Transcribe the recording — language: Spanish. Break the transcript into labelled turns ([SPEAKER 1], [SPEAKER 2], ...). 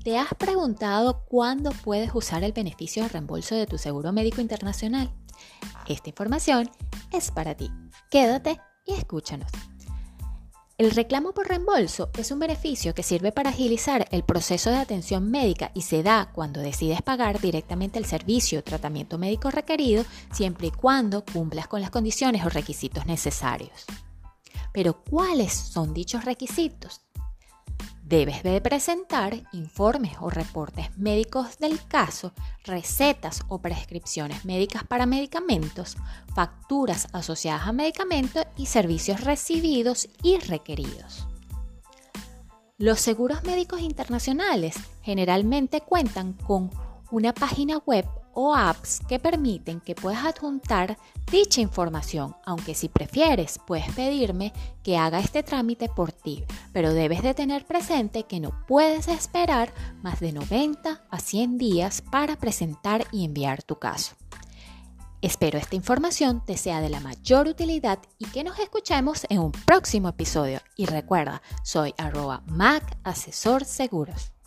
[SPEAKER 1] ¿Te has preguntado cuándo puedes usar el beneficio de reembolso de tu seguro médico internacional? Esta información es para ti. Quédate y escúchanos. El reclamo por reembolso es un beneficio que sirve para agilizar el proceso de atención médica y se da cuando decides pagar directamente el servicio o tratamiento médico requerido, siempre y cuando cumplas con las condiciones o requisitos necesarios. Pero, ¿cuáles son dichos requisitos? Debes de presentar informes o reportes médicos del caso, recetas o prescripciones médicas para medicamentos, facturas asociadas a medicamentos y servicios recibidos y requeridos. Los seguros médicos internacionales generalmente cuentan con una página web o apps que permiten que puedas adjuntar dicha información, aunque si prefieres puedes pedirme que haga este trámite por ti, pero debes de tener presente que no puedes esperar más de 90 a 100 días para presentar y enviar tu caso. Espero esta información te sea de la mayor utilidad y que nos escuchemos en un próximo episodio. Y recuerda, soy @MacAsesorSeguros.